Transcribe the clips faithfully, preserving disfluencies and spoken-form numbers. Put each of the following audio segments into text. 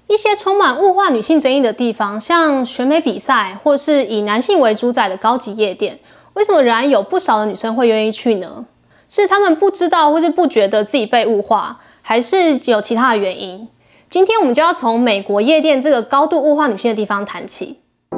一些充满物化女性争议的地方，像选美比赛或是以男性为主宰的高级夜店，为什么仍然有不少的女生会愿意去呢？是她们不知道或是不觉得自己被物化，还是有其他的原因？今天我们就要从美国夜店这个高度物化女性的地方谈起。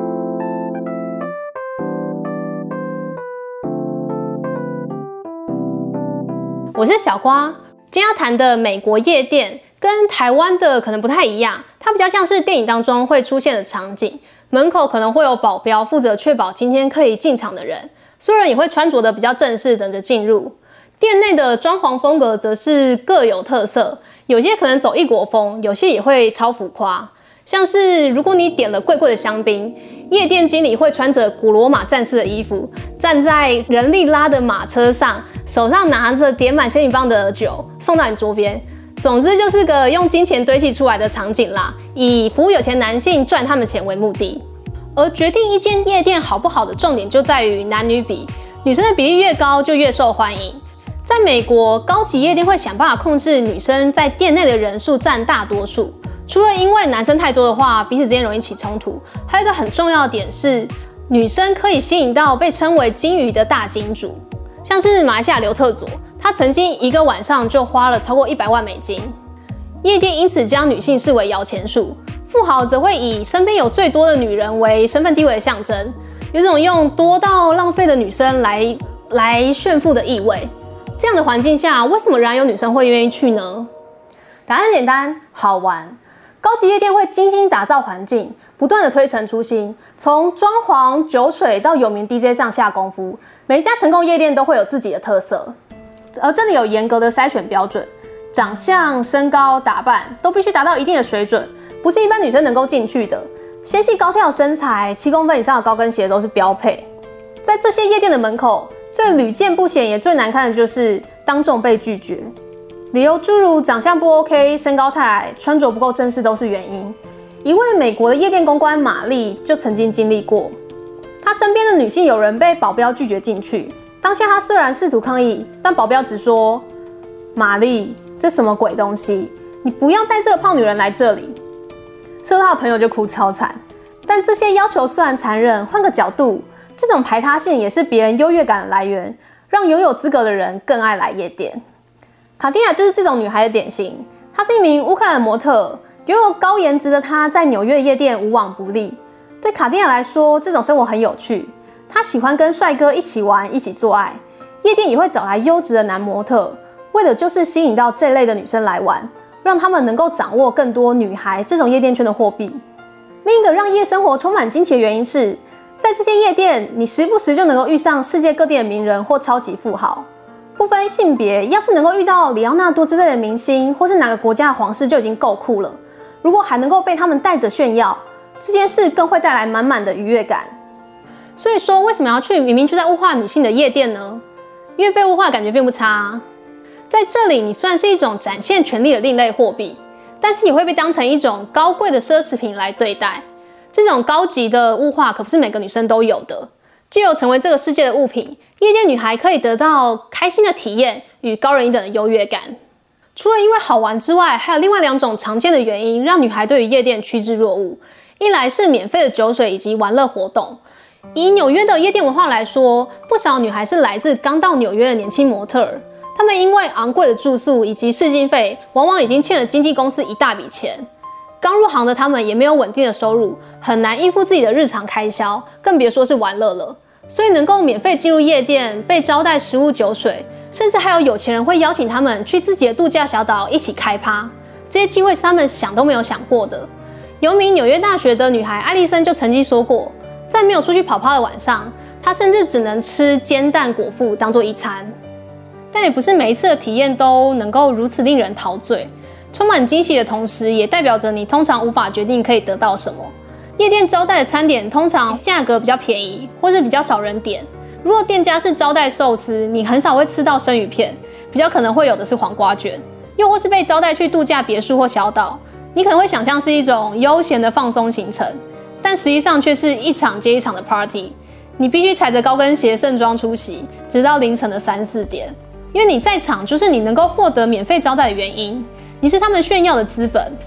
我是小瓜，今天要谈的美国夜店跟台湾的可能不太一样，它比较像是电影当中会出现的场景，门口可能会有保镖负责确保今天可以进场的人，所有人也会穿着的比较正式，等着进入。店内的装潢风格则是各有特色，有些可能走异国风，有些也会超浮夸。像是如果你点了贵贵的香槟，夜店经理会穿着古罗马战士的衣服，站在人力拉的马车上，手上拿着点满仙女棒的酒送到你桌边。总之就是个用金钱堆砌出来的场景啦，以服务有钱男性赚他们钱为目的。而决定一间夜店好不好的重点就在于男女比，女生的比例越高就越受欢迎。在美国，高级夜店会想办法控制女生在店内的人数占大多数。除了因为男生太多的话，彼此之间容易起冲突，还有一个很重要的点是，女生可以吸引到被称为金鱼的大金主，像是马来西亚刘特佐，他曾经一个晚上就花了超过一百万美金。夜店因此将女性视为摇钱树，富豪则会以身边有最多的女人为身份地位的象征，有种用多到浪费的女生来来炫富的意味。这样的环境下，为什么仍然有女生会愿意去呢？答案很简单，好玩。高级夜店会精心打造环境，不断的推陈出新，从装潢、酒水到有名 D J 上下功夫，每一家成功夜店都会有自己的特色。而这里有严格的筛选标准，长相、身高、打扮都必须达到一定的水准，不是一般女生能够进去的。纤细高挑的身材、七公分以上的高跟鞋都是标配。在这些夜店的门口，最屡见不鲜也最难看的就是当众被拒绝。理由诸如长相不 OK、身高太矮、穿着不够正式都是原因。一位美国的夜店公关玛丽就曾经经历过，她身边的女性友人被保镖拒绝进去。当下她虽然试图抗议，但保镖只说：“玛丽，这什么鬼东西？你不要带这个胖女人来这里。”收到的朋友就哭超惨。但这些要求虽然残忍，换个角度，这种排他性也是别人优越感的来源，让拥有资格的人更爱来夜店。卡蒂亚就是这种女孩的典型，她是一名乌克兰的模特，拥有高颜值的她在纽约夜店无往不利。对卡蒂亚来说，这种生活很有趣，她喜欢跟帅哥一起玩，一起做爱。夜店也会找来优质的男模特，为的就是吸引到这类的女生来玩，让她们能够掌握更多女孩这种夜店圈的货币。另一个让夜生活充满惊奇的原因是，在这些夜店，你时不时就能够遇上世界各地的名人或超级富豪。不分性别，要是能够遇到里奥纳多之类的明星，或是哪个国家的皇室就已经够酷了。如果还能够被他们带着炫耀，这件事更会带来满满的愉悦感。所以说，为什么要去明明就在物化女性的夜店呢？因为被物化的感觉并不差啊。在这里，你虽然是一种展现权力的另类货币，但是也会被当成一种高贵的奢侈品来对待。这种高级的物化可不是每个女生都有的。藉由成为这个世界的物品，夜店女孩可以得到开心的体验与高人一等的优越感。除了因为好玩之外，还有另外两种常见的原因让女孩对于夜店趋之若鹜。一来是免费的酒水以及玩乐活动。以纽约的夜店文化来说，不少女孩是来自刚到纽约的年轻模特儿，她们因为昂贵的住宿以及试镜费，往往已经欠了经纪公司一大笔钱。刚入行的她们也没有稳定的收入，很难应付自己的日常开销，更别说是玩乐了。所以能够免费进入夜店，被招待食物酒水，甚至还有有钱人会邀请他们去自己的度假小岛一起开趴，这些机会是他们想都没有想过的。有名纽约大学的女孩艾莉森就曾经说过，在没有出去跑趴的晚上，她甚至只能吃煎蛋果腹当做一餐。但也不是每一次的体验都能够如此令人陶醉，充满惊喜的同时，也代表着你通常无法决定可以得到什么。夜店招待的餐点通常价格比较便宜，或是比较少人点。如果店家是招待寿司，你很少会吃到生鱼片，比较可能会有的是黄瓜卷。又或是被招待去度假别墅或小岛，你可能会想象是一种悠闲的放松行程，但实际上却是一场接一场的 party。你必须踩着高跟鞋盛装出席，直到凌晨的三四点，因为你在场就是你能够获得免费招待的原因，你是他们炫耀的资本。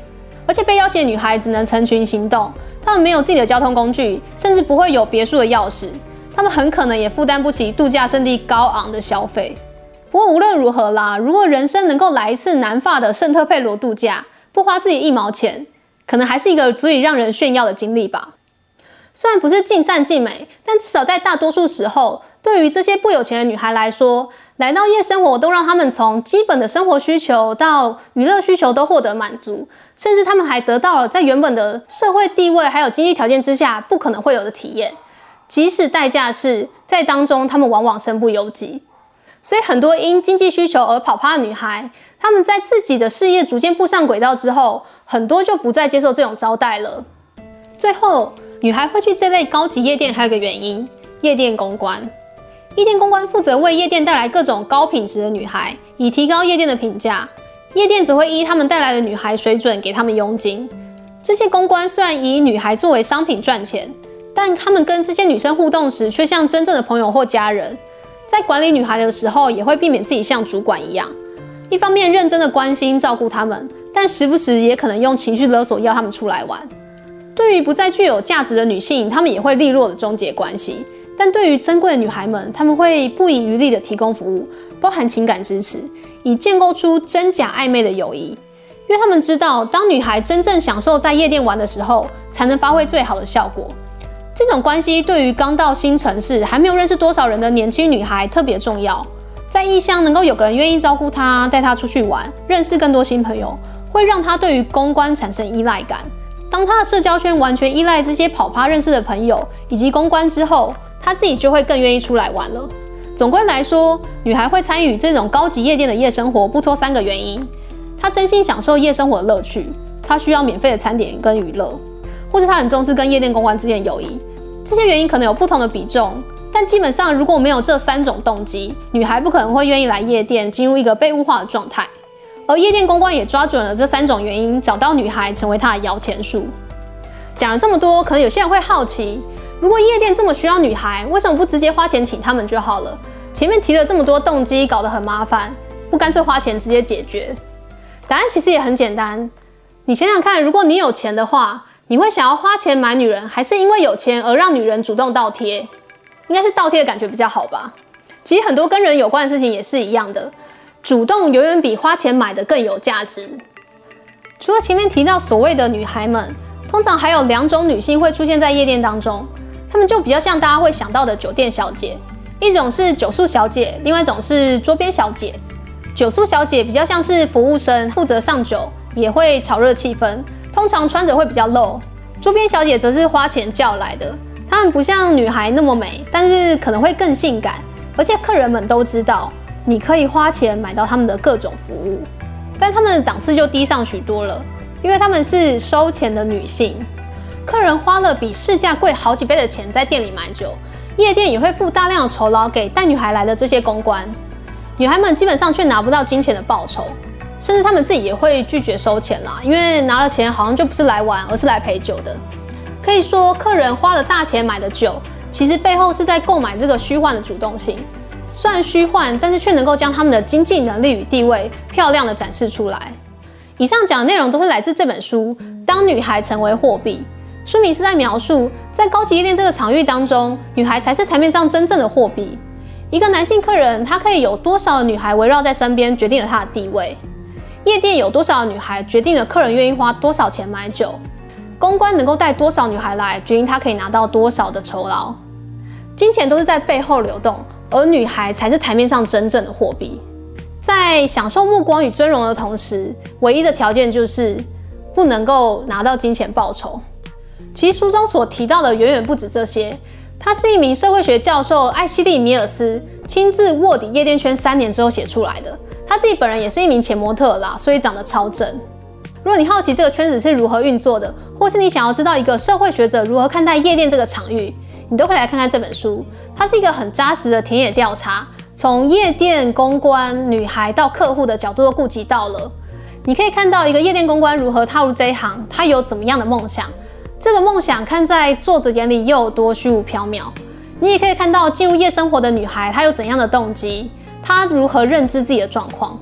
而且被邀请的女孩只能成群行动，她们没有自己的交通工具，甚至不会有别墅的钥匙，她们很可能也负担不起度假胜地高昂的消费。不过无论如何啦，如果人生能够来一次南法的圣特佩罗度假，不花自己一毛钱，可能还是一个足以让人炫耀的经历吧。虽然不是尽善尽美，但至少在大多数时候，对于这些不有钱的女孩来说，来到夜生活都让她们从基本的生活需求到娱乐需求都获得满足，甚至她们还得到了在原本的社会地位还有经济条件之下不可能会有的体验，即使代价是在当中她们往往身不由己。所以很多因经济需求而跑趴的女孩，她们在自己的事业逐渐步上轨道之后，很多就不再接受这种招待了。最后，女孩会去这类高级夜店还有个原因，夜店公关。夜店公关负责为夜店带来各种高品质的女孩，以提高夜店的评价。夜店则会依他们带来的女孩水准给他们佣金。这些公关虽然以女孩作为商品赚钱，但他们跟这些女生互动时却像真正的朋友或家人。在管理女孩的时候，也会避免自己像主管一样，一方面认真的关心照顾她们，但时不时也可能用情绪勒索要她们出来玩。对于不再具有价值的女性，她们也会利落的终结关系。但对于珍贵的女孩们，她们会不遗余力的提供服务，包含情感支持，以建构出真假暧昧的友谊。因为她们知道，当女孩真正享受在夜店玩的时候，才能发挥最好的效果。这种关系对于刚到新城市、还没有认识多少人的年轻女孩特别重要。在异乡能够有个人愿意照顾她，带她出去玩，认识更多新朋友，会让她对于公关产生依赖感。当她的社交圈完全依赖这些跑趴认识的朋友以及公关之后，她自己就会更愿意出来玩了。总归来说，女孩会参与这种高级夜店的夜生活，不脱三个原因：她真心享受夜生活的乐趣，她需要免费的餐点跟娱乐，或是她很重视跟夜店公关之间的友谊。这些原因可能有不同的比重，但基本上如果没有这三种动机，女孩不可能会愿意来夜店，进入一个被物化的状态。而夜店公关也抓准了这三种原因，找到女孩成为她的摇钱树。讲了这么多，可能有些人会好奇，如果夜店这么需要女孩，为什么不直接花钱请他们就好了？前面提了这么多动机，搞得很麻烦，不干脆花钱直接解决？答案其实也很简单，你想想看，如果你有钱的话，你会想要花钱买女人，还是因为有钱而让女人主动倒贴？应该是倒贴的感觉比较好吧。其实很多跟人有关的事情也是一样的，主动永远比花钱买的更有价值。除了前面提到所谓的女孩们，通常还有两种女性会出现在夜店当中，她们就比较像大家会想到的酒店小姐，一种是酒宿小姐，另外一种是桌边小姐。酒宿小姐比较像是服务生，负责上酒，也会炒热气氛，通常穿着会比较露。桌边小姐则是花钱叫来的，她们不像女孩那么美，但是可能会更性感，而且客人们都知道你可以花钱买到他们的各种服务，但他们的档次就低上许多了，因为他们是收钱的女性。客人花了比市价贵好几倍的钱在店里买酒，夜店也会付大量的酬劳给带女孩来的这些公关，女孩们基本上却拿不到金钱的报酬，甚至他们自己也会拒绝收钱啦，因为拿了钱好像就不是来玩，而是来陪酒的。可以说，客人花了大钱买的酒，其实背后是在购买这个虚幻的主动性。虽然虚幻，但是却能够将他们的经济能力与地位漂亮的展示出来。以上讲的内容都是来自这本书《当女孩成为货币》。书名是在描述，在高级夜店这个场域当中，女孩才是台面上真正的货币。一个男性客人，他可以有多少的女孩围绕在身边，决定了他的地位。夜店有多少的女孩，决定了客人愿意花多少钱买酒。公关能够带多少女孩来，决定他可以拿到多少的酬劳。金钱都是在背后流动，而女孩才是台面上真正的货币。在享受目光与尊荣的同时，唯一的条件就是不能够拿到金钱报酬。其实书中所提到的远远不止这些。他是一名社会学教授艾希利·米尔斯亲自卧底夜店圈三年之后写出来的。他自己本人也是一名前模特啦，所以长得超正。如果你好奇这个圈子是如何运作的，或是你想要知道一个社会学者如何看待夜店这个场域，你都可以来看看这本书。它是一个很扎实的田野调查，从夜店公关、女孩到客户的角度都顾及到了。你可以看到一个夜店公关如何踏入这一行，他有怎么样的梦想。这个梦想看在作者眼里又有多虚无缥缈。你也可以看到进入夜生活的女孩，她有怎样的动机，她如何认知自己的状况。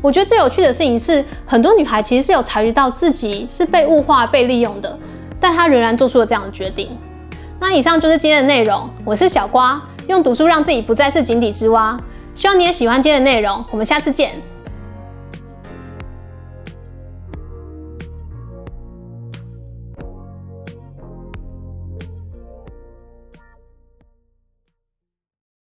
我觉得最有趣的事情是，很多女孩其实是有察觉到自己是被物化、被利用的，但她仍然做出了这样的决定。那以上就是今天的内容，我是小瓜，用读书让自己不再是井底之蛙。希望你也喜欢今天的内容，我们下次见。